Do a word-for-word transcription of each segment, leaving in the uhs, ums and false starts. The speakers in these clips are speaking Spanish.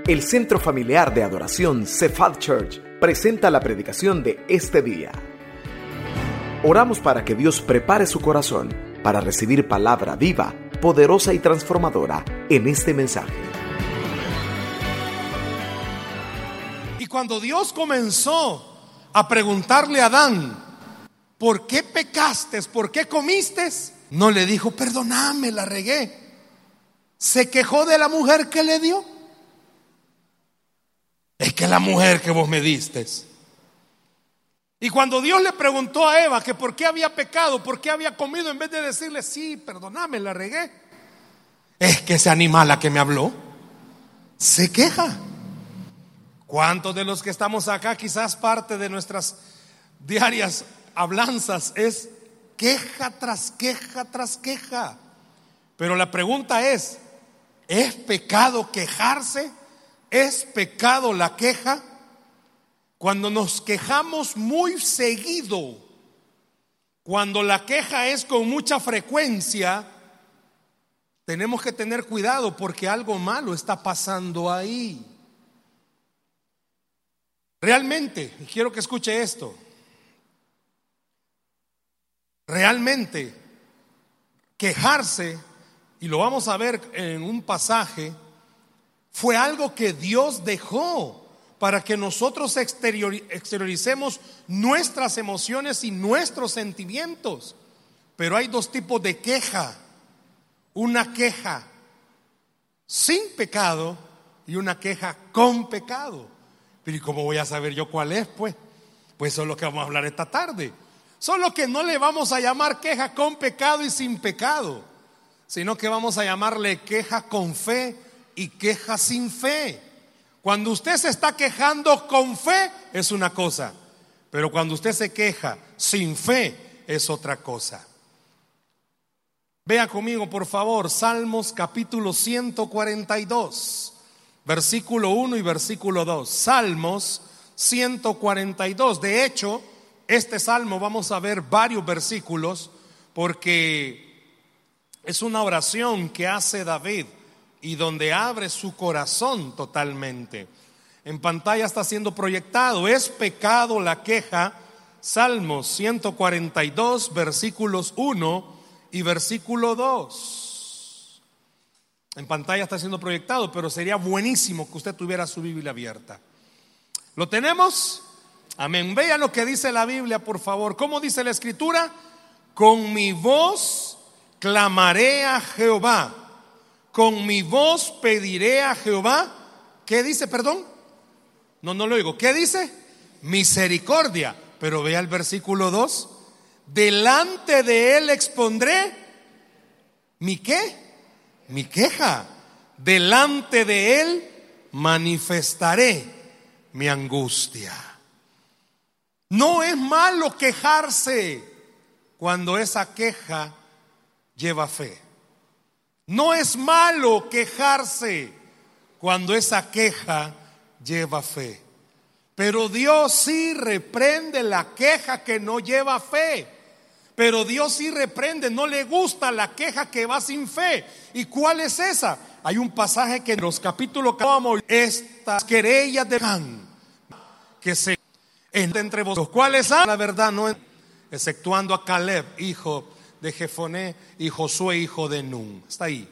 El Centro Familiar de Adoración Cephal Church presenta la predicación de este día. Oramos para que Dios prepare su corazón para recibir palabra viva, poderosa y transformadora en este mensaje. Y cuando Dios comenzó a preguntarle a Adán, ¿por qué pecaste? ¿Por qué comiste? No le dijo, perdóname, la regué. Se quejó de la mujer que le dio. Es que la mujer que vos me diste. Y cuando Dios le preguntó a Eva que por qué había pecado, por qué había comido, en vez de decirle, sí, perdóname, la regué, es que ese animal a que me habló se queja. ¿Cuántos de los que estamos acá, quizás parte de nuestras diarias hablanzas es queja tras queja tras queja? Pero la pregunta es, ¿es pecado quejarse? ¿Es pecado la queja? Cuando nos quejamos muy seguido, cuando la queja es con mucha frecuencia, tenemos que tener cuidado porque algo malo está pasando ahí. Realmente, y quiero que escuche esto, realmente quejarse, y lo vamos a ver en un pasaje, fue algo que Dios dejó para que nosotros exterioricemos nuestras emociones y nuestros sentimientos. Pero hay dos tipos de queja: una queja sin pecado y una queja con pecado. Pero ¿y cómo voy a saber yo cuál es? Pues, pues eso es lo que vamos a hablar esta tarde. Solo que no le vamos a llamar queja con pecado y sin pecado, sino que vamos a llamarle queja con fe y queja sin fe. Cuando usted se está quejando con fe es una cosa, pero cuando usted se queja sin fe es otra cosa. Vea conmigo, por favor, Salmos capítulo ciento cuarenta y dos, versículo uno y versículo dos. Salmos ciento cuarenta y dos. De hecho, este salmo vamos a ver varios versículos porque es una oración que hace David y donde abre su corazón totalmente. En pantalla está siendo proyectado. ¿Es pecado la queja? Salmos ciento cuarenta y dos, versículos uno y versículo dos. En pantalla está siendo proyectado, pero sería buenísimo que usted tuviera su Biblia abierta. ¿Lo tenemos? Amén. Vean lo que dice la Biblia, por favor. ¿Cómo dice la Escritura? Con mi voz clamaré a Jehová, con mi voz pediré a Jehová. ¿Qué dice? Perdón. No, no lo oigo. ¿Qué dice? Misericordia. Pero vea el versículo dos. Delante de él expondré mi ¿qué? Mi queja. Delante de él manifestaré mi angustia. No es malo quejarse cuando esa queja lleva fe. No es malo quejarse cuando esa queja lleva fe. Pero Dios sí reprende la queja que no lleva fe. Pero Dios sí reprende, no le gusta la queja que va sin fe. ¿Y cuál es esa? Hay un pasaje que en los capítulos que vamos, estas querellas de Can, que se entre vosotros, ¿cuáles son? La verdad no, exceptuando a Caleb, hijo de Jefoné, y Josué, hijo de Nun. Está ahí.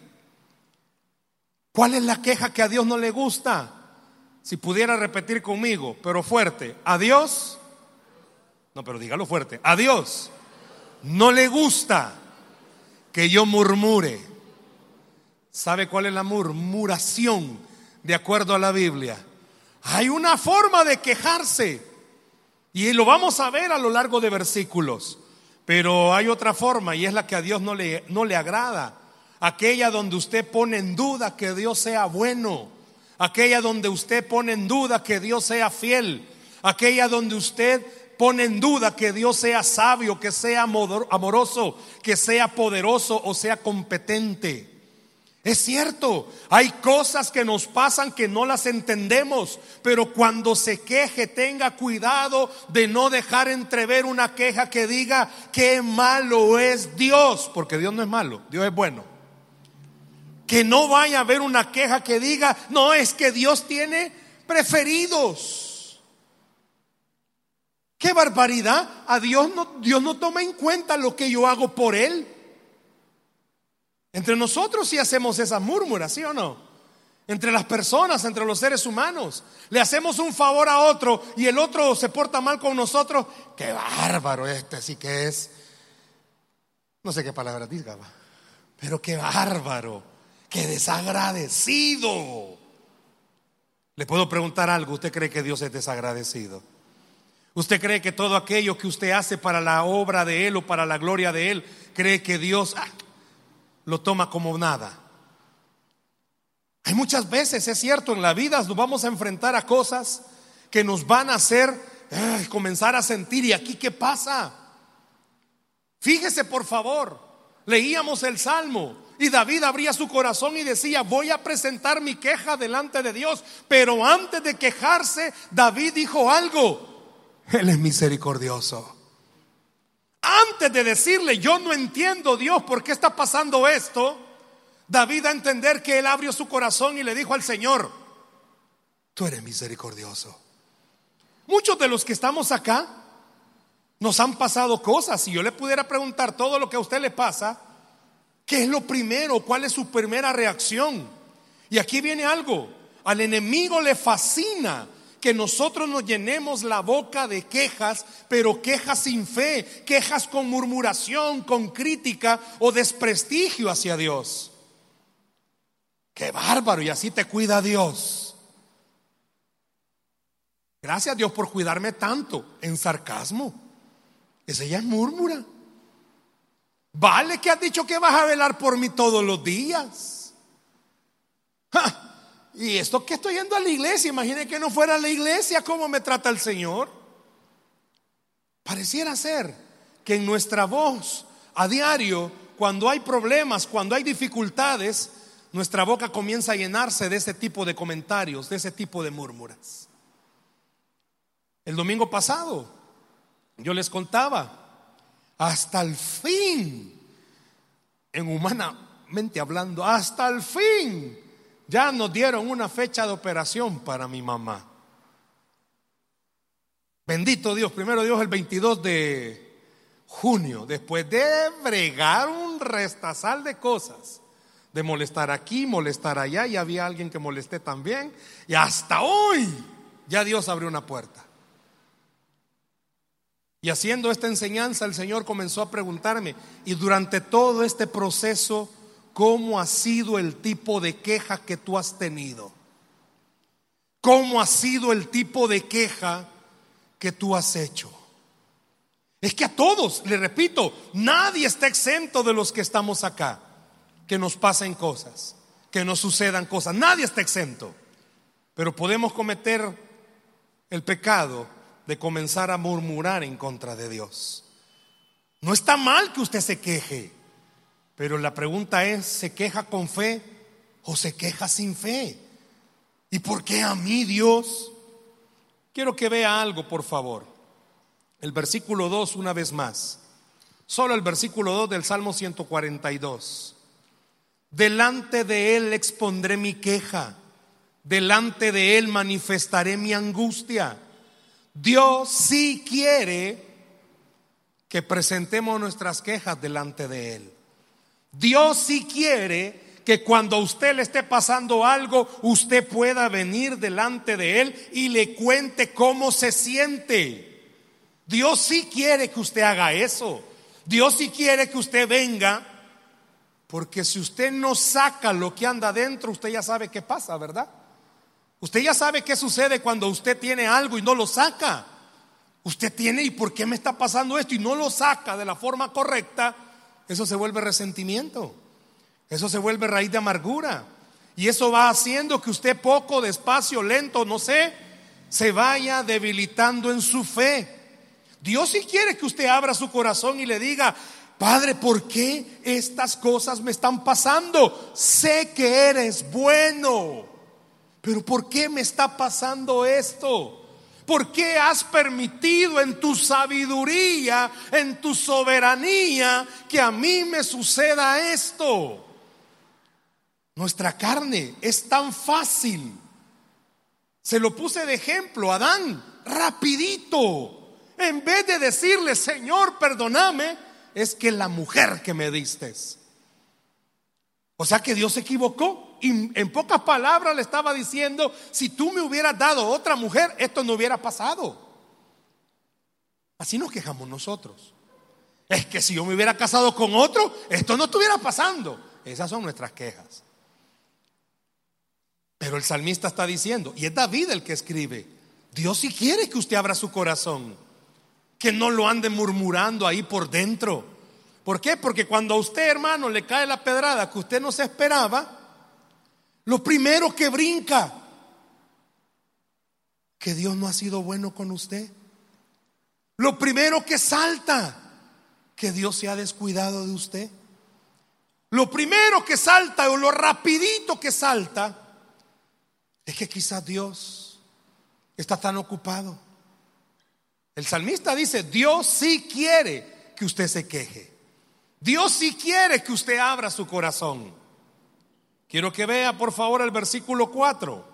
¿Cuál es la queja que a Dios no le gusta? Si pudiera repetir conmigo, pero fuerte. A Dios, no, pero dígalo fuerte. A Dios no le gusta que yo murmure. ¿Sabe cuál es la murmuración de acuerdo a la Biblia? Hay una forma de quejarse y lo vamos a ver a lo largo de versículos. Pero hay otra forma y es la que a Dios no le, no le agrada. Aquella donde usted pone en duda que Dios sea bueno. Aquella donde usted pone en duda que Dios sea fiel. Aquella donde usted pone en duda que Dios sea sabio, que sea amoroso, que sea poderoso o sea competente. Es cierto, hay cosas que nos pasan que no las entendemos, pero cuando se queje tenga cuidado de no dejar entrever una queja que diga qué malo es Dios, porque Dios no es malo, Dios es bueno. Que no vaya a haber una queja que diga, no, es que Dios tiene preferidos. ¡Qué barbaridad! A Dios no, Dios no toma en cuenta lo que yo hago por Él. Entre nosotros sí hacemos esas murmuras, ¿sí o no? Entre las personas, entre los seres humanos. Le hacemos un favor a otro y el otro se porta mal con nosotros. ¡Qué bárbaro este! Sí que es, no sé qué palabra diga, pero qué bárbaro, qué desagradecido. Le puedo preguntar algo. ¿Usted cree que Dios es desagradecido? ¿Usted cree que todo aquello que usted hace para la obra de Él o para la gloria de Él, cree que Dios ah, lo toma como nada? Hay muchas veces, es cierto, en la vida nos vamos a enfrentar a cosas que nos van a hacer eh, comenzar a sentir. ¿Y aquí qué pasa? Fíjese por favor, leíamos el Salmo y David abría su corazón y decía, voy a presentar mi queja delante de Dios. Pero antes de quejarse, David dijo algo: Él es misericordioso. Antes de decirle, yo no entiendo, Dios, ¿por qué está pasando esto?, David a entender que él abrió su corazón y le dijo al Señor, tú eres misericordioso. Muchos de los que estamos acá nos han pasado cosas. Si yo le pudiera preguntar todo lo que a usted le pasa, ¿qué es lo primero? ¿Cuál es su primera reacción? Y aquí viene algo. Al enemigo le fascina que nosotros nos llenemos la boca de quejas, pero quejas sin fe, quejas con murmuración, con crítica o desprestigio hacia Dios. ¡Qué bárbaro! Y así te cuida Dios. Gracias a Dios por cuidarme tanto. En sarcasmo. Esa ya es murmura. Vale que has dicho que vas a velar por mí todos los días. ¡Ja! Y esto que estoy yendo a la iglesia, imagine que no fuera a la iglesia, ¿cómo me trata el Señor? Pareciera ser que en nuestra voz a diario, cuando hay problemas, cuando hay dificultades, nuestra boca comienza a llenarse de ese tipo de comentarios, de ese tipo de murmuras. El domingo pasado yo les contaba, hasta el fin, en humanamente hablando, hasta el fin ya nos dieron una fecha de operación para mi mamá. Bendito Dios. Primero Dios, el veintidós de junio, después de bregar un restazal de cosas, de molestar aquí, molestar allá, y había alguien que molesté también, y hasta hoy ya Dios abrió una puerta. Y haciendo esta enseñanza, el Señor comenzó a preguntarme, y durante todo este proceso, ¿cómo ha sido el tipo de queja que tú has tenido? ¿Cómo ha sido el tipo de queja que tú has hecho? Es que a todos, le repito, nadie está exento de los que estamos acá, que nos pasen cosas, que nos sucedan cosas. Nadie está exento. Pero podemos cometer el pecado de comenzar a murmurar en contra de Dios. No está mal que usted se queje, pero la pregunta es, ¿se queja con fe o se queja sin fe? ¿Y por qué a mí, Dios? Quiero que vea algo, por favor. El versículo dos una vez más. Solo el versículo dos del Salmo ciento cuarenta y dos. Delante de Él expondré mi queja, delante de Él manifestaré mi angustia. Dios sí quiere que presentemos nuestras quejas delante de Él. Dios sí quiere que cuando a usted le esté pasando algo, usted pueda venir delante de Él y le cuente cómo se siente. Dios sí quiere que usted haga eso. Dios sí quiere que usted venga, porque si usted no saca lo que anda adentro, usted ya sabe qué pasa, ¿verdad? Usted ya sabe qué sucede cuando usted tiene algo y no lo saca. Usted tiene, ¿y por qué me está pasando esto? Y no lo saca de la forma correcta. Eso se vuelve resentimiento. Eso se vuelve raíz de amargura. Y eso va haciendo que usted poco, despacio, lento, no sé, se vaya debilitando en su fe. Dios sí quiere que usted abra su corazón y le diga, Padre, ¿por qué estas cosas me están pasando? Sé que eres bueno, pero ¿por qué me está pasando esto? ¿Por qué has permitido en tu sabiduría, en tu soberanía, que a mí me suceda esto? Nuestra carne es tan fácil. Se lo puse de ejemplo a Adán, rapidito. En vez de decirle, Señor, perdóname, es que la mujer que me diste. O sea que Dios se equivocó. Y en pocas palabras le estaba diciendo, si tú me hubieras dado otra mujer, esto no hubiera pasado. Así nos quejamos nosotros. Es que si yo me hubiera casado con otro, esto no estuviera pasando. Esas son nuestras quejas. Pero el salmista está diciendo, y es David el que escribe, Dios sí quiere que usted abra su corazón, que no lo ande murmurando ahí por dentro. ¿Por qué? Porque cuando a usted, hermano, le cae la pedrada que usted no se esperaba, lo primero que brinca, que Dios no ha sido bueno con usted. Lo primero que salta, que Dios se ha descuidado de usted. Lo primero que salta, o lo rapidito que salta, es que quizás Dios está tan ocupado. El salmista dice, Dios sí quiere que usted se queje. Dios sí quiere que usted abra su corazón. Quiero que vea por favor el versículo cuatro.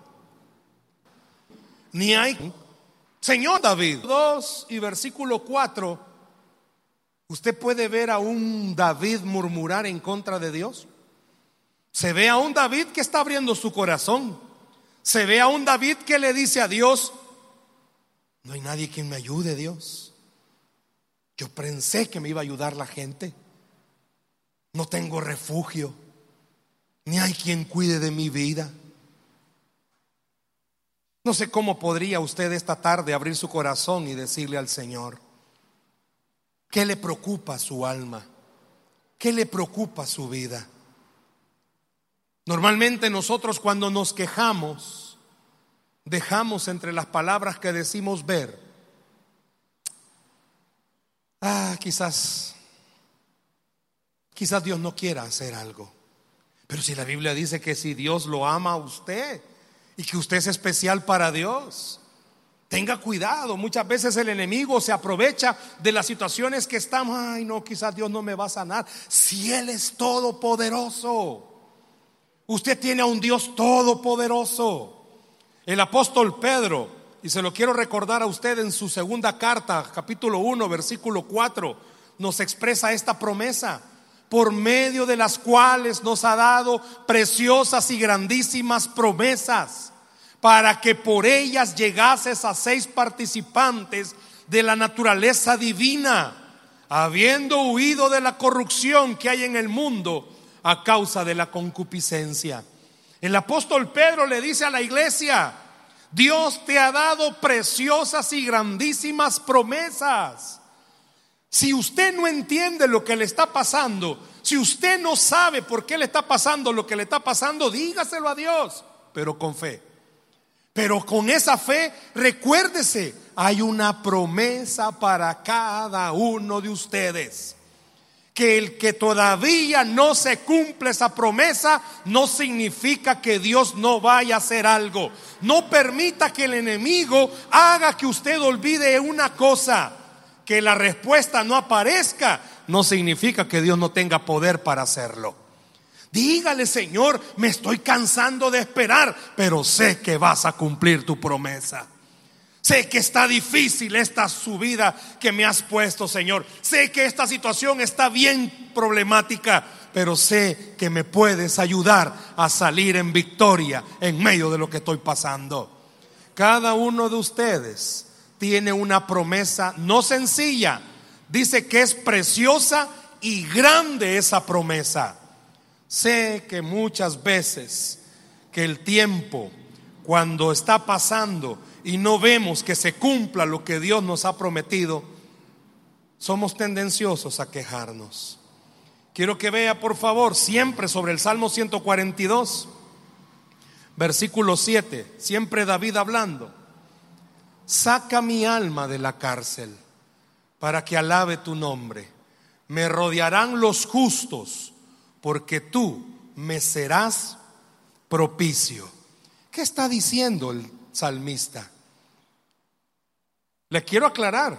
Ni hay, Señor David, dos y versículo cuatro. Usted puede ver a un David murmurar en contra de Dios. Se ve a un David que está abriendo su corazón. Se ve a un David que le dice a Dios, no hay nadie quien me ayude, Dios. Yo pensé que me iba a ayudar la gente. No tengo refugio, ni hay quien cuide de mi vida. No sé cómo podría usted esta tarde abrir su corazón y decirle al Señor, ¿qué le preocupa a su alma? ¿Qué le preocupa a su vida? Normalmente nosotros cuando nos quejamos, dejamos entre las palabras que decimos ver, ah, quizás, quizás Dios no quiera hacer algo. Pero si la Biblia dice que si Dios lo ama a usted y que usted es especial para Dios, tenga cuidado. Muchas veces el enemigo se aprovecha de las situaciones que estamos. Ay, no, quizás Dios no me va a sanar. Si Él es todopoderoso. Usted tiene a un Dios todopoderoso. El apóstol Pedro, y se lo quiero recordar a usted en su segunda carta, capítulo uno, versículo cuatro, nos expresa esta promesa, por medio de las cuales nos ha dado preciosas y grandísimas promesas, para que por ellas llegases a seis participantes de la naturaleza divina, habiendo huido de la corrupción que hay en el mundo a causa de la concupiscencia. El apóstol Pedro le dice a la iglesia, Dios te ha dado preciosas y grandísimas promesas. Si usted no entiende lo que le está pasando, si usted no sabe por qué le está pasando lo que le está pasando, dígaselo a Dios, pero con fe. Pero con esa fe, recuérdese, hay una promesa para cada uno de ustedes. Que el que todavía no se cumple esa promesa no significa que Dios no vaya a hacer algo. No permita que el enemigo haga que usted olvide una cosa. Que la respuesta no aparezca no significa que Dios no tenga poder para hacerlo. Dígale, Señor, me estoy cansando de esperar, pero sé que vas a cumplir tu promesa. Sé que está difícil esta subida que me has puesto, Señor. Sé que esta situación está bien problemática, pero sé que me puedes ayudar a salir en victoria en medio de lo que estoy pasando. Cada uno de ustedes tiene una promesa no sencilla. Dice que es preciosa y grande esa promesa. Sé que muchas veces que el tiempo, cuando está pasando y no vemos que se cumpla lo que Dios nos ha prometido, somos tendenciosos a quejarnos. Quiero que vea por favor siempre sobre el Salmo ciento cuarenta y dos, versículo siete, siempre David hablando. Saca mi alma de la cárcel para que alabe tu nombre. Me rodearán los justos porque tú me serás propicio. ¿Qué está diciendo el salmista? Le quiero aclarar,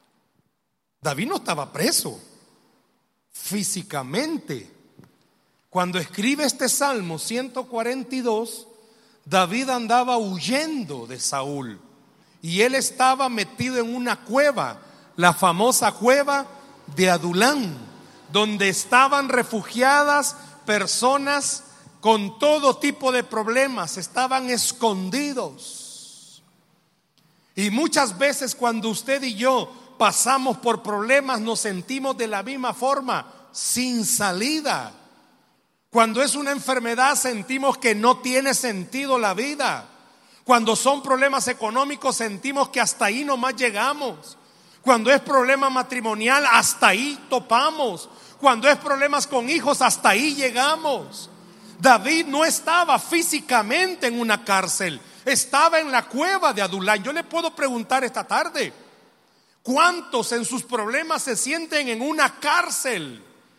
David no estaba preso físicamente Cuando escribe este Salmo ciento cuarenta y dos, David andaba huyendo de Saúl y él estaba metido en una cueva, la famosa cueva de Adulán, donde estaban refugiadas personas con todo tipo de problemas, estaban escondidos. Y muchas veces cuando usted y yo pasamos por problemas nos sentimos de la misma forma, sin salida. Cuando es una enfermedad sentimos que no tiene sentido la vida. Cuando son problemas económicos sentimos que hasta ahí nomás llegamos. Cuando es problema matrimonial hasta ahí topamos. Cuando es problemas con hijos hasta ahí llegamos. David no estaba físicamente en una cárcel, estaba en la cueva de Adulán. Yo le puedo preguntar esta tarde, ¿cuántos en sus problemas se sienten en una cárcel?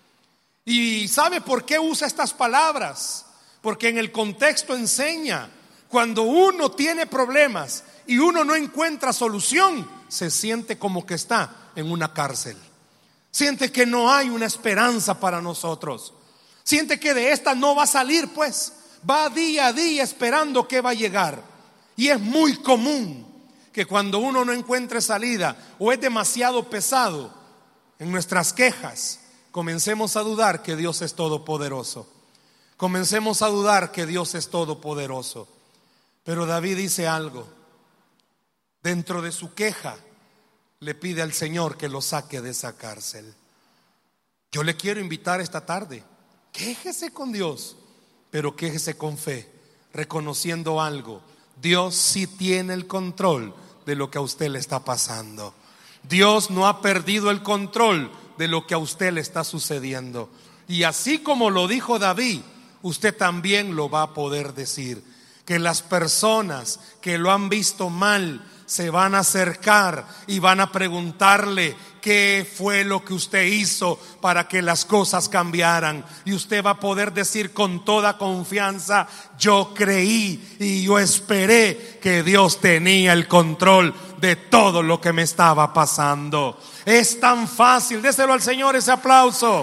¿Y sabe por qué usa estas palabras? Porque en el contexto enseña, cuando uno tiene problemas y uno no encuentra solución, se siente como que está en una cárcel. Siente que no hay una esperanza para nosotros. Siente que de esta no va a salir, pues va día a día esperando que va a llegar. Y es muy común que cuando uno no encuentre salida o es demasiado pesado en nuestras quejas, comencemos a dudar que Dios es todopoderoso. Comencemos a dudar que Dios es todopoderoso. Pero David dice algo. Dentro de su queja le pide al Señor que lo saque de esa cárcel. Yo le quiero invitar esta tarde, quéjese con Dios, pero quéjese con fe, reconociendo algo. Dios sí tiene el control de lo que a usted le está pasando. Dios no ha perdido el control de lo que a usted le está sucediendo. Y así como lo dijo David, usted también lo va a poder decir. Que las personas que lo han visto mal se van a acercar y van a preguntarle qué fue lo que usted hizo para que las cosas cambiaran. Y usted va a poder decir con toda confianza: yo creí y yo esperé que Dios tenía el control de todo lo que me estaba pasando. Es tan fácil, déselo al Señor ese aplauso.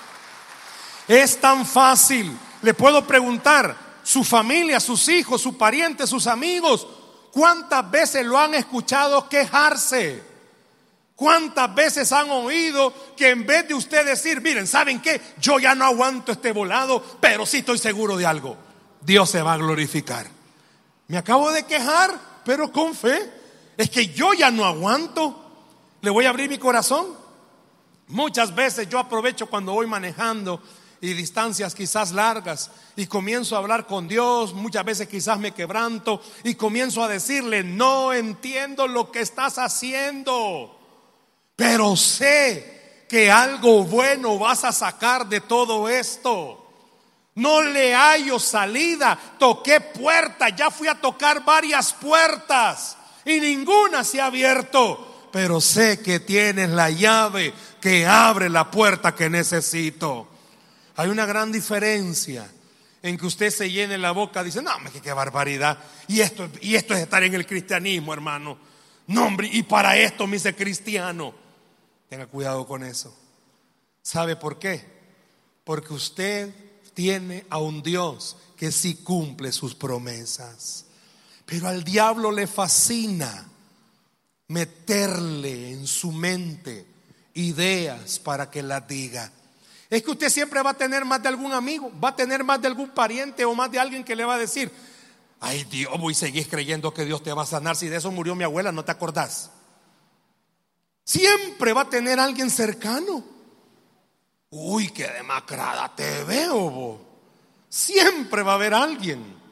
Es tan fácil. Le puedo preguntar, su familia, sus hijos, sus parientes, sus amigos, ¿cuántas veces lo han escuchado quejarse? ¿Cuántas veces han oído que en vez de usted decir, miren, ¿saben qué? Yo ya no aguanto este volado, pero sí estoy seguro de algo: Dios se va a glorificar. Me acabo de quejar, pero con fe. Es que yo ya no aguanto. Le voy a abrir mi corazón. Muchas veces yo aprovecho cuando voy manejando y distancias quizás largas y comienzo a hablar con Dios. Muchas veces quizás me quebranto y comienzo a decirle: no entiendo lo que estás haciendo, pero sé que algo bueno vas a sacar de todo esto. No le hallo salida. Toqué puertas, ya fui a tocar varias puertas y ninguna se ha abierto, pero sé que tienes la llave que abre la puerta que necesito. Hay una gran diferencia en que usted se llene la boca, dice: no, qué, qué barbaridad. Y esto, y esto es estar en el cristianismo, hermano. No, hombre, y para esto me hice cristiano. Tenga cuidado con eso. ¿Sabe por qué? Porque usted tiene a un Dios que sí cumple sus promesas. Pero al diablo le fascina meterle en su mente ideas para que las diga. Es que usted siempre va a tener más de algún amigo, va a tener más de algún pariente o más de alguien que le va a decir: ay, Dios, voy a seguir creyendo que Dios te va a sanar, si de eso murió mi abuela, ¿no te acordás? Siempre va a tener alguien cercano. Uy, qué demacrada te veo, vos. Siempre va a haber alguien.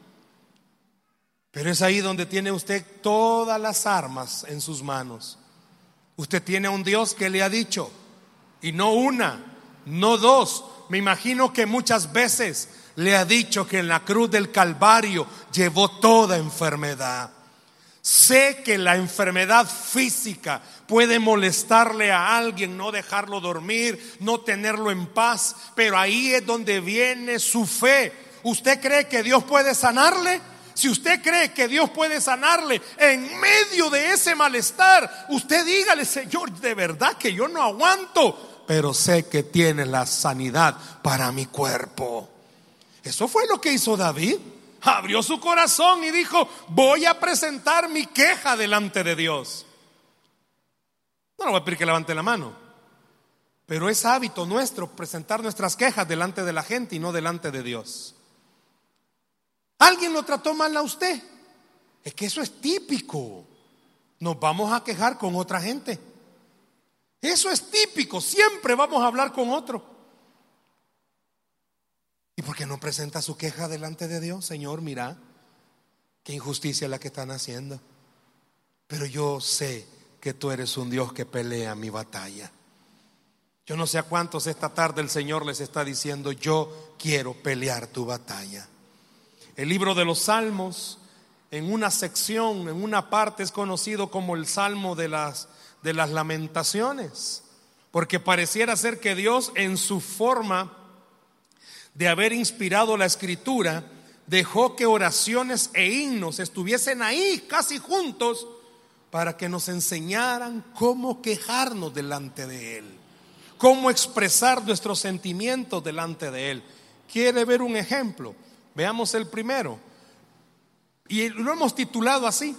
Pero es ahí donde tiene usted todas las armas en sus manos. Usted tiene a un Dios que le ha dicho, y no una, no dos, me imagino que muchas veces le ha dicho que en la cruz del Calvario llevó toda enfermedad. Sé que la enfermedad física puede molestarle a alguien, no dejarlo dormir, no tenerlo en paz, pero ahí es donde viene su fe. ¿Usted cree que Dios puede sanarle? Si usted cree que Dios puede sanarle en medio de ese malestar, usted dígale: Señor, de verdad que yo no aguanto, pero sé que tienes la sanidad para mi cuerpo. Eso fue lo que hizo David. Abrió su corazón y dijo: voy a presentar mi queja delante de Dios. No le voy a pedir que levante la mano, pero es hábito nuestro presentar nuestras quejas delante de la gente y no delante de Dios. ¿Alguien lo trató mal a usted? Es que eso es típico. Nos vamos a quejar con otra gente. Eso es típico. Siempre vamos a hablar con otro. ¿Y por qué no presenta su queja delante de Dios? Señor, mira, qué injusticia la que están haciendo, pero yo sé que tú eres un Dios que pelea mi batalla. Yo no sé a cuántos esta tarde el Señor les está diciendo: yo quiero pelear tu batalla. El libro de los Salmos, en una sección, en una parte, es conocido como el Salmo de las, de las Lamentaciones, porque pareciera ser que Dios, en su forma de haber inspirado la escritura, dejó que oraciones e himnos estuviesen ahí casi juntos para que nos enseñaran cómo quejarnos delante de Él, cómo expresar nuestros sentimientos delante de Él. ¿Quiere ver un ejemplo? Veamos el primero, y lo hemos titulado así: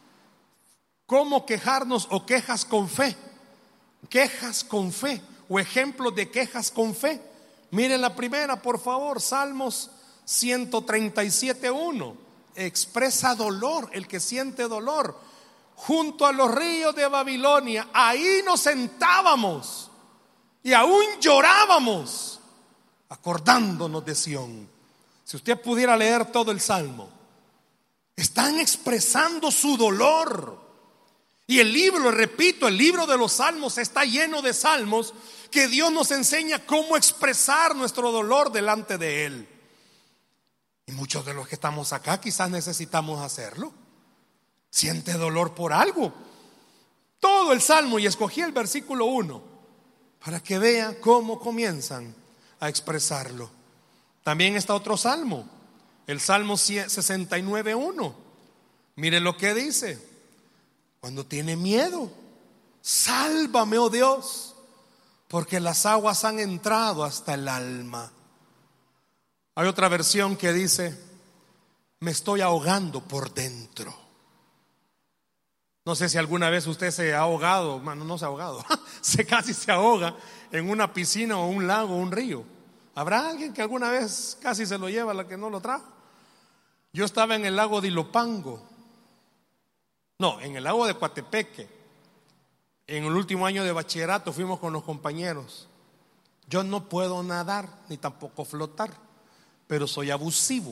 ¿cómo quejarnos o quejas con fe? Quejas con fe o ejemplos de quejas con fe. Miren la primera, por favor, Salmos ciento treinta y siete, uno. Expresa dolor, el que siente dolor. Junto a los ríos de Babilonia, ahí nos sentábamos y aún llorábamos, acordándonos de Sión. Si usted pudiera leer todo el Salmo, están expresando su dolor. Y el libro, repito, el libro de los Salmos está lleno de salmos que Dios nos enseña cómo expresar nuestro dolor delante de Él. Y muchos de los que estamos acá quizás necesitamos hacerlo. Siente dolor por algo. Todo el Salmo, y escogí el versículo uno para que vea cómo comienzan a expresarlo. También está otro Salmo, el Salmo sesenta y nueve, uno. Mire lo que dice: cuando tiene miedo, sálvame, oh Dios, porque las aguas han entrado hasta el alma. Hay otra versión que dice: me estoy ahogando por dentro. No sé si alguna vez usted se ha ahogado, bueno, no se ha ahogado, se casi se ahoga en una piscina o un lago o un río. ¿Habrá alguien que alguna vez casi se lo lleva, la que no lo trajo? Yo estaba en el lago de Ilopango, no, en el lago de Coatepeque. En el último año de bachillerato fuimos con los compañeros. Yo no puedo nadar ni tampoco flotar, pero soy abusivo.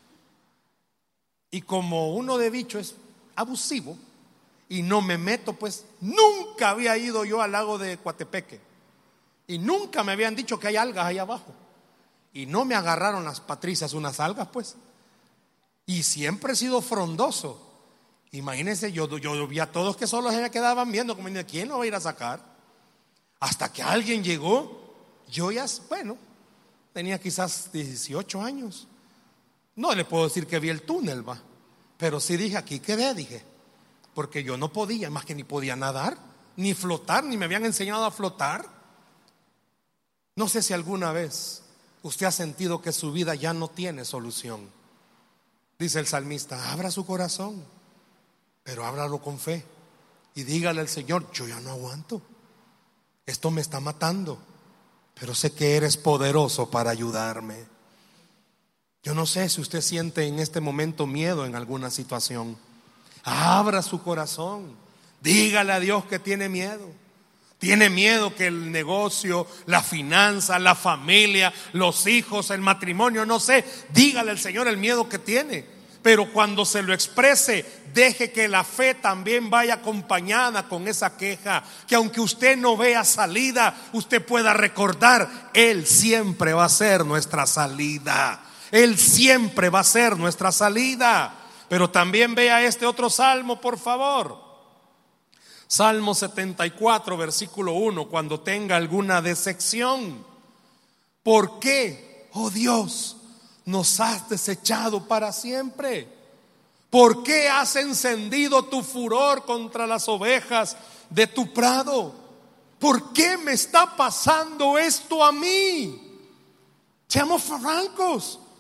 Y como uno de bicho es abusivo y no me meto, pues nunca había ido yo al lago de Coatepeque y nunca me habían dicho que hay algas ahí abajo, y no me agarraron las patricias unas algas, pues. Y siempre he sido frondoso. Imagínense, yo, yo vi a todos que solo se me quedaban viendo, como diciendo: ¿quién lo va a ir a sacar? Hasta que alguien llegó. Yo ya, bueno, tenía quizás dieciocho años. No le puedo decir que vi el túnel, va, pero sí dije: aquí quedé, dije, porque yo no podía, más que ni podía nadar, ni flotar, ni me habían enseñado a flotar. No sé si alguna vez usted ha sentido que su vida ya no tiene solución. Dice el salmista: abra su corazón, pero ábralo con fe y dígale al Señor: yo ya no aguanto, esto me está matando, pero sé que eres poderoso para ayudarme. Yo no sé si usted siente en este momento miedo en alguna situación. Abra su corazón, dígale a Dios que tiene miedo. Tiene miedo que el negocio, la finanza, la familia, los hijos, el matrimonio, no sé, dígale al Señor el miedo que tiene. Pero cuando se lo exprese, deje que la fe también vaya acompañada con esa queja. Que aunque usted no vea salida, usted pueda recordar: Él siempre va a ser nuestra salida. Él siempre va a ser nuestra salida. Pero también vea este otro salmo, por favor. Salmo setenta y cuatro, versículo uno. Cuando tenga alguna decepción: ¿por qué, oh Dios, nos has desechado para siempre? ¿Por qué has encendido tu furor contra las ovejas de tu prado? ¿Por qué me está pasando esto a mí? Seamos francos.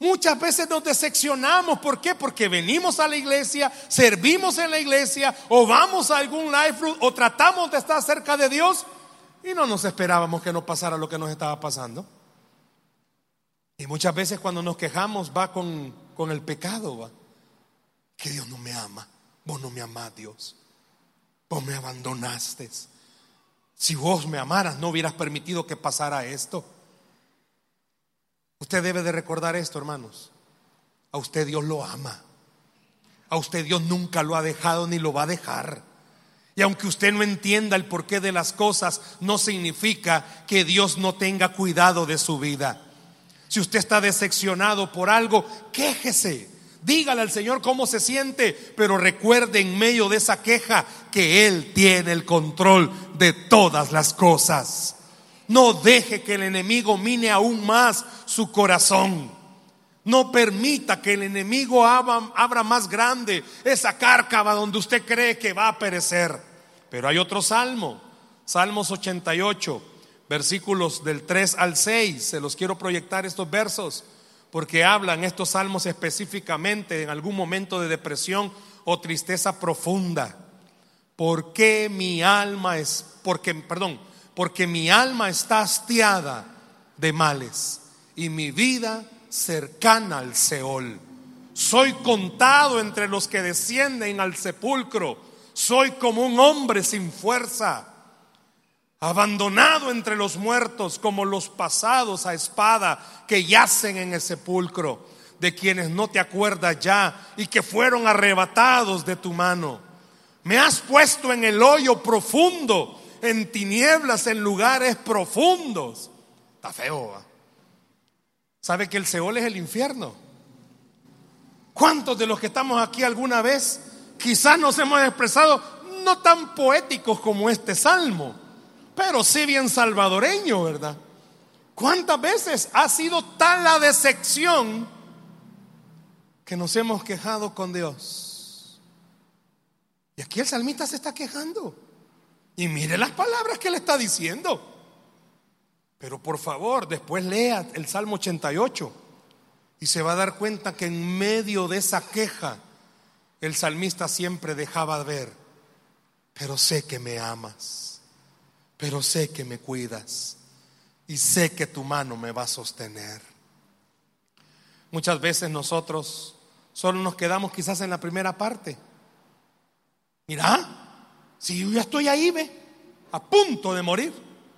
Muchas veces nos decepcionamos. ¿Por qué? Porque venimos a la iglesia, servimos en la iglesia, o vamos a algún life group, o tratamos de estar cerca de Dios, y no nos esperábamos que nos pasara lo que nos estaba pasando. Y muchas veces cuando nos quejamos va con, con el pecado, va. Que Dios no me ama. Vos no me amás, Dios. Vos me abandonaste. Si vos me amaras, no hubieras permitido que pasara esto. Usted debe de recordar esto, hermanos. A usted Dios lo ama. A usted Dios nunca lo ha dejado ni lo va a dejar. Y aunque usted no entienda el porqué de las cosas, no significa que Dios no tenga cuidado de su vida. Si usted está decepcionado por algo, quéjese. Dígale al Señor cómo se siente, pero recuerde en medio de esa queja que Él tiene el control de todas las cosas. No deje que el enemigo mine aún más su corazón. No permita que el enemigo abra, abra más grande esa cárcava donde usted cree que va a perecer. Pero hay otro salmo, Salmos ochenta y ocho, versículos del tres al seis. Se los quiero proyectar estos versos, porque hablan estos salmos específicamente en algún momento de depresión o tristeza profunda. ¿Por qué mi alma es, porque, perdón, porque mi alma está hastiada de males y mi vida cercana al Seol? Soy contado entre los que descienden al sepulcro. Soy como un hombre sin fuerza, abandonado entre los muertos, como los pasados a espada que yacen en el sepulcro, de quienes no te acuerdas ya y que fueron arrebatados de tu mano. Me has puesto en el hoyo profundo, en tinieblas, en lugares profundos. Está feo, ¿eh? ¿Sabe que el Seol es el infierno? ¿Cuántos de los que estamos aquí alguna vez quizás nos hemos expresado no tan poéticos como este salmo, pero sí bien salvadoreño, ¿verdad? ¿Cuántas veces ha sido tal la decepción que nos hemos quejado con Dios? Y aquí el salmista se está quejando. Y mire las palabras que le está diciendo. Pero por favor, después lea el Salmo ochenta y ocho y se va a dar cuenta que en medio de esa queja el salmista siempre dejaba ver: pero sé que me amas, pero sé que me cuidas y sé que tu mano me va a sostener. Muchas veces nosotros solo nos quedamos quizás en la primera parte. Mira, si yo ya estoy ahí, ve, a punto de morir,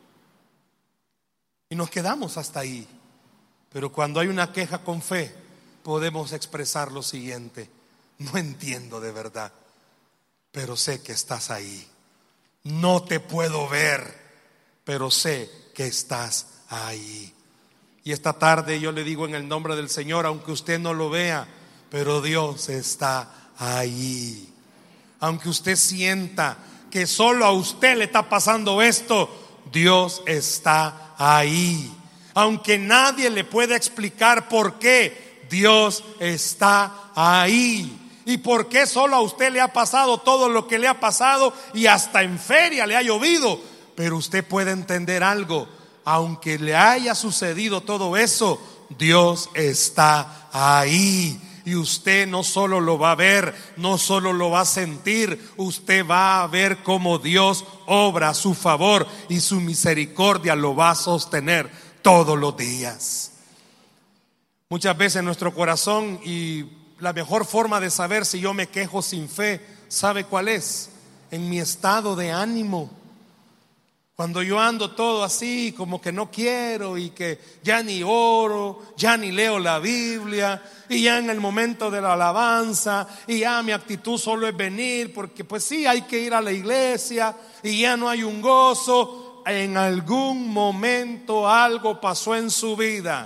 y nos quedamos hasta ahí. Pero cuando hay una queja con fe, podemos expresar lo siguiente: no entiendo de verdad, pero sé que estás ahí. No te puedo ver, pero sé que estás ahí. Y esta tarde yo le digo en el nombre del Señor, aunque usted no lo vea, pero Dios está ahí. Aunque usted sienta que solo a usted le está pasando esto, Dios está ahí. Aunque nadie le pueda explicar por qué, Dios está ahí. Y por qué solo a usted le ha pasado todo lo que le ha pasado y hasta en feria le ha llovido. Pero usted puede entender algo: aunque le haya sucedido todo eso, Dios está ahí. Y usted no solo lo va a ver, no solo lo va a sentir, usted va a ver cómo Dios obra a su favor y su misericordia lo va a sostener todos los días. Muchas veces nuestro corazón, y la mejor forma de saber si yo me quejo sin fe, ¿sabe cuál es? En mi estado de ánimo. Cuando yo ando todo así, como que no quiero, y que ya ni oro, ya ni leo la Biblia, y ya en el momento de la alabanza, y ya mi actitud solo es venir, porque pues sí, hay que ir a la iglesia, y ya no hay un gozo. En algún momento algo pasó en su vida,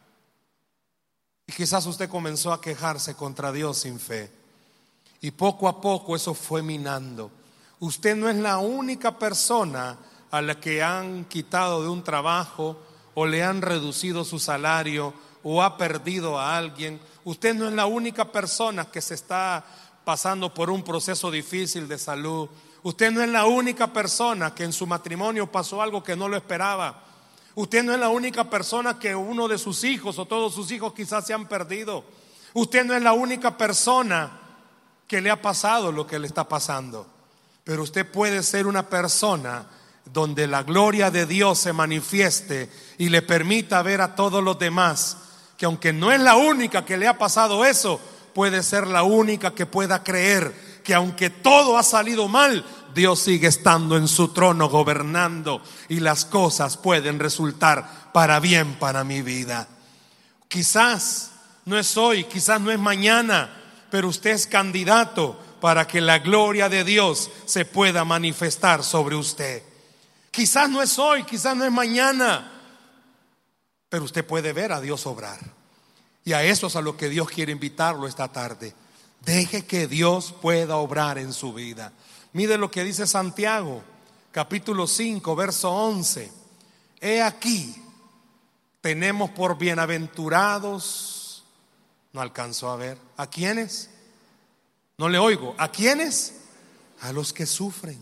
y quizás usted comenzó a quejarse contra Dios sin fe, y poco a poco eso fue minando. Usted no es la única persona a la que han quitado de un trabajo, o le han reducido su salario, o ha perdido a alguien. Usted no es la única persona que se está pasando por un proceso difícil de salud. Usted no es la única persona que en su matrimonio pasó algo que no lo esperaba. Usted no es la única persona que uno de sus hijos o todos sus hijos quizás se han perdido. Usted no es la única persona que le ha pasado lo que le está pasando. Pero usted puede ser una persona donde la gloria de Dios se manifieste y le permita ver a todos los demás que aunque no es la única que le ha pasado eso, puede ser la única que pueda creer que aunque todo ha salido mal, Dios sigue estando en su trono gobernando y las cosas pueden resultar para bien para mi vida. Quizás no es hoy, quizás no es mañana, pero usted es candidato para que la gloria de Dios se pueda manifestar sobre usted. Quizás no es hoy, quizás no es mañana, pero usted puede ver a Dios obrar. Y a eso es a lo que Dios quiere invitarlo esta tarde. Deje que Dios pueda obrar en su vida. Mire lo que dice Santiago, capítulo cinco, verso once. He aquí, tenemos por bienaventurados, no alcanzó a ver, ¿a quiénes? No le oigo, ¿a quiénes? A los que sufren.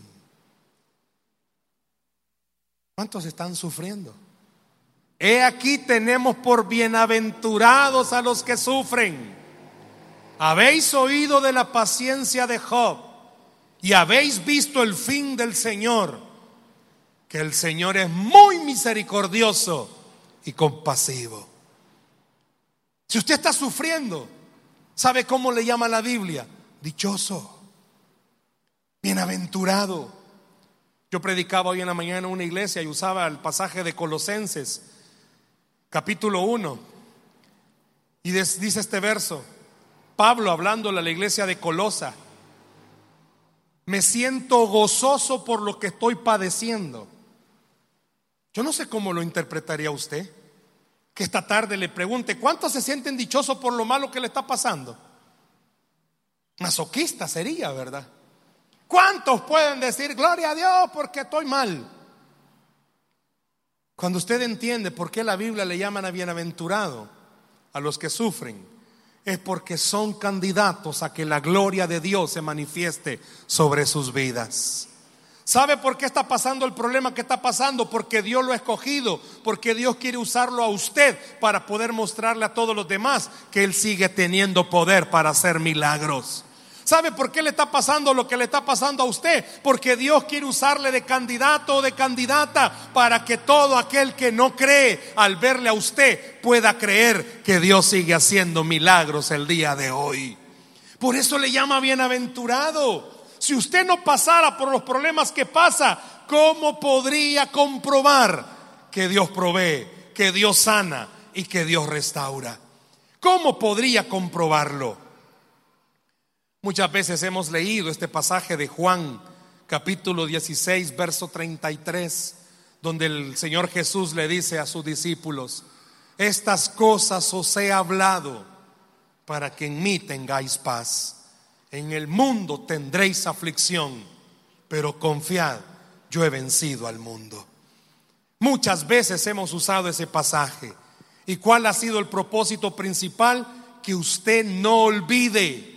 ¿Cuántos están sufriendo? He aquí tenemos por bienaventurados a los que sufren. Habéis oído de la paciencia de Job y habéis visto el fin del Señor, que el Señor es muy misericordioso y compasivo. Si usted está sufriendo, ¿sabe cómo le llama la Biblia? Dichoso, bienaventurado. Yo predicaba hoy en la mañana en una iglesia y usaba el pasaje de Colosenses, capítulo uno, y dice este verso, Pablo hablándole a la iglesia de Colosa: me siento gozoso por lo que estoy padeciendo. Yo no sé cómo lo interpretaría usted, que esta tarde le pregunte: ¿cuántos se sienten dichosos por lo malo que le está pasando? Masoquista sería, ¿verdad? ¿Cuántos pueden decir gloria a Dios porque estoy mal? Cuando usted entiende por qué la Biblia le llaman a bienaventurado a los que sufren, es porque son candidatos a que la gloria de Dios se manifieste sobre sus vidas. ¿Sabe por qué está pasando el problema que está pasando? Porque Dios lo ha escogido, porque Dios quiere usarlo a usted para poder mostrarle a todos los demás que Él sigue teniendo poder para hacer milagros. ¿Sabe por qué le está pasando lo que le está pasando a usted? Porque Dios quiere usarle de candidato o de candidata para que todo aquel que no cree al verle a usted pueda creer que Dios sigue haciendo milagros el día de hoy. Por eso le llama bienaventurado. Si usted no pasara por los problemas que pasa, ¿cómo podría comprobar que Dios provee, que Dios sana y que Dios restaura? ¿Cómo podría comprobarlo? Muchas veces hemos leído este pasaje de Juan, capítulo dieciséis, verso treinta y tres, donde el Señor Jesús le dice a sus discípulos: estas cosas os he hablado para que en mí tengáis paz. En el mundo tendréis aflicción, pero confiad, yo he vencido al mundo. Muchas veces hemos usado ese pasaje. ¿Y cuál ha sido el propósito principal? Que usted no olvide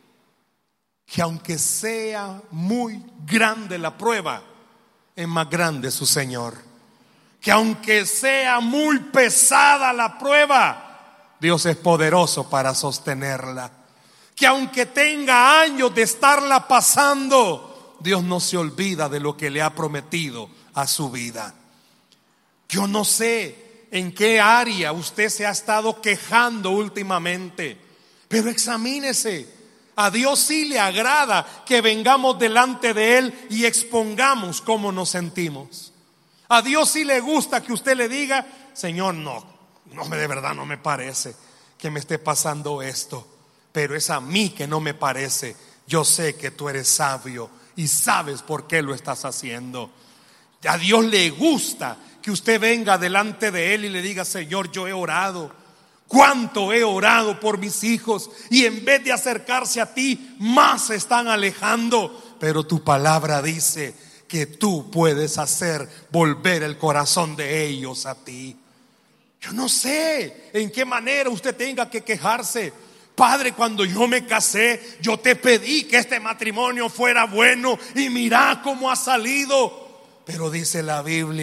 que aunque sea muy grande la prueba, es más grande su Señor. Que aunque sea muy pesada la prueba, Dios es poderoso para sostenerla. Que aunque tenga años de estarla pasando, Dios no se olvida de lo que le ha prometido a su vida. Yo no sé en qué área usted se ha estado quejando últimamente, pero examínese. A Dios sí le agrada que vengamos delante de Él y expongamos cómo nos sentimos. A Dios sí le gusta que usted le diga: Señor, no, no me de verdad no me parece que me esté pasando esto, pero es a mí que no me parece. Yo sé que tú eres sabio y sabes por qué lo estás haciendo. A Dios le gusta que usted venga delante de Él y le diga: Señor, yo he orado. Cuánto he orado por mis hijos y en vez de acercarse a ti, más se están alejando. Pero tu palabra dice que tú puedes hacer volver el corazón de ellos a ti. Yo no sé en qué manera usted tenga que quejarse. Padre, cuando yo me casé, yo te pedí que este matrimonio fuera bueno y mira cómo ha salido. Pero dice la Biblia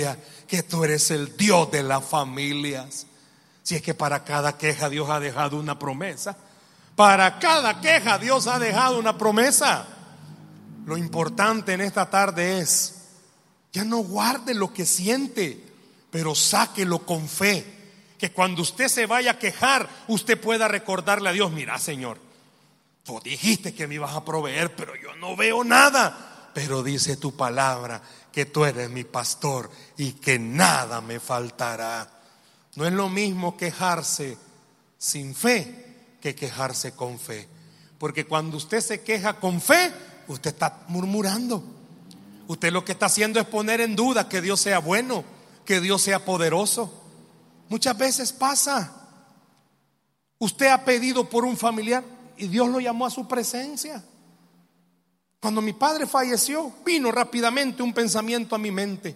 que tú eres el Dios de las familias. Si es que para cada queja Dios ha dejado una promesa. Para cada queja Dios ha dejado una promesa. Lo importante en esta tarde es, ya no guarde lo que siente, pero sáquelo con fe. Que cuando usted se vaya a quejar, usted pueda recordarle a Dios: mira, Señor, tú dijiste que me ibas a proveer, pero yo no veo nada. Pero dice tu palabra que tú eres mi pastor y que nada me faltará. No es lo mismo quejarse sin fe que quejarse con fe. Porque cuando usted se queja con fe, usted está murmurando. Usted lo que está haciendo es poner en duda que Dios sea bueno, que Dios sea poderoso. Muchas veces pasa. Usted ha pedido por un familiar y Dios lo llamó a su presencia. Cuando mi padre falleció, vino rápidamente un pensamiento a mi mente: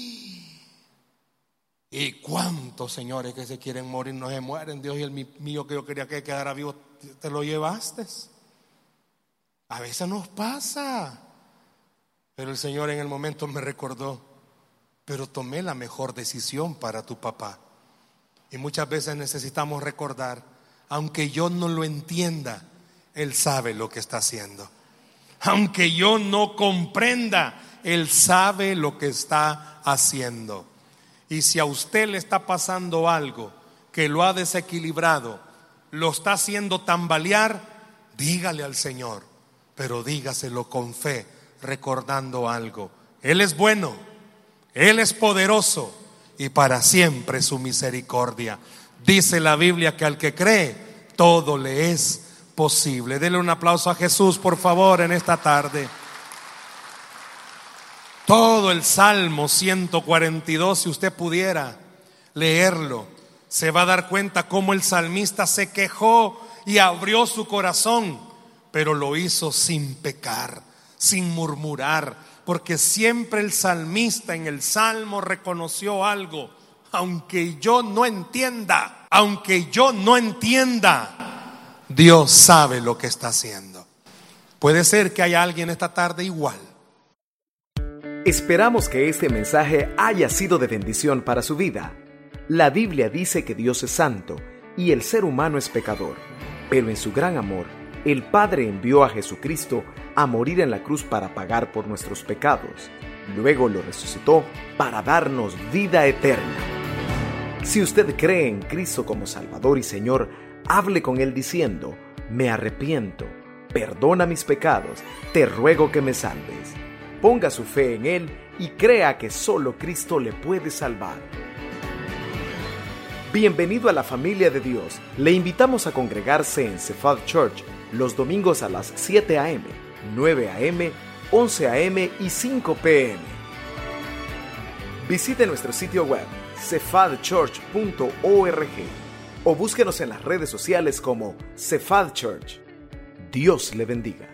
¿y cuántos señores que se quieren morir no se mueren? Dios, y el mío que yo quería que quedara vivo, te lo llevaste. A veces nos pasa. Pero el Señor en el momento me recordó: pero tomé la mejor decisión para tu papá. Y muchas veces necesitamos recordar, aunque yo no lo entienda, Él sabe lo que está haciendo. Aunque yo no comprenda, Él sabe lo que está haciendo. Y si a usted le está pasando algo que lo ha desequilibrado, lo está haciendo tambalear, dígale al Señor, pero dígaselo con fe, recordando algo: Él es bueno, Él es poderoso y para siempre su misericordia. Dice la Biblia que al que cree, todo le es posible. Denle un aplauso a Jesús, por favor, en esta tarde. Todo el Salmo ciento cuarenta y dos, si usted pudiera leerlo, se va a dar cuenta cómo el salmista se quejó y abrió su corazón, pero lo hizo sin pecar, sin murmurar, porque siempre el salmista en el Salmo reconoció algo: aunque yo no entienda, aunque yo no entienda, Dios sabe lo que está haciendo. Puede ser que haya alguien esta tarde igual. Esperamos que este mensaje haya sido de bendición para su vida. La Biblia dice que Dios es santo y el ser humano es pecador, pero en su gran amor, el Padre envió a Jesucristo a morir en la cruz para pagar por nuestros pecados. Luego lo resucitó para darnos vida eterna. Si usted cree en Cristo como Salvador y Señor, hable con Él diciendo: me arrepiento, perdona mis pecados, te ruego que me salves. Ponga su fe en Él y crea que solo Cristo le puede salvar. Bienvenido a la familia de Dios. Le invitamos a congregarse en Cephal Church los domingos a las siete a eme, nueve a eme, once a eme y cinco pe eme. Visite nuestro sitio web cephal church punto org o búsquenos en las redes sociales como Cephal Church. Dios le bendiga.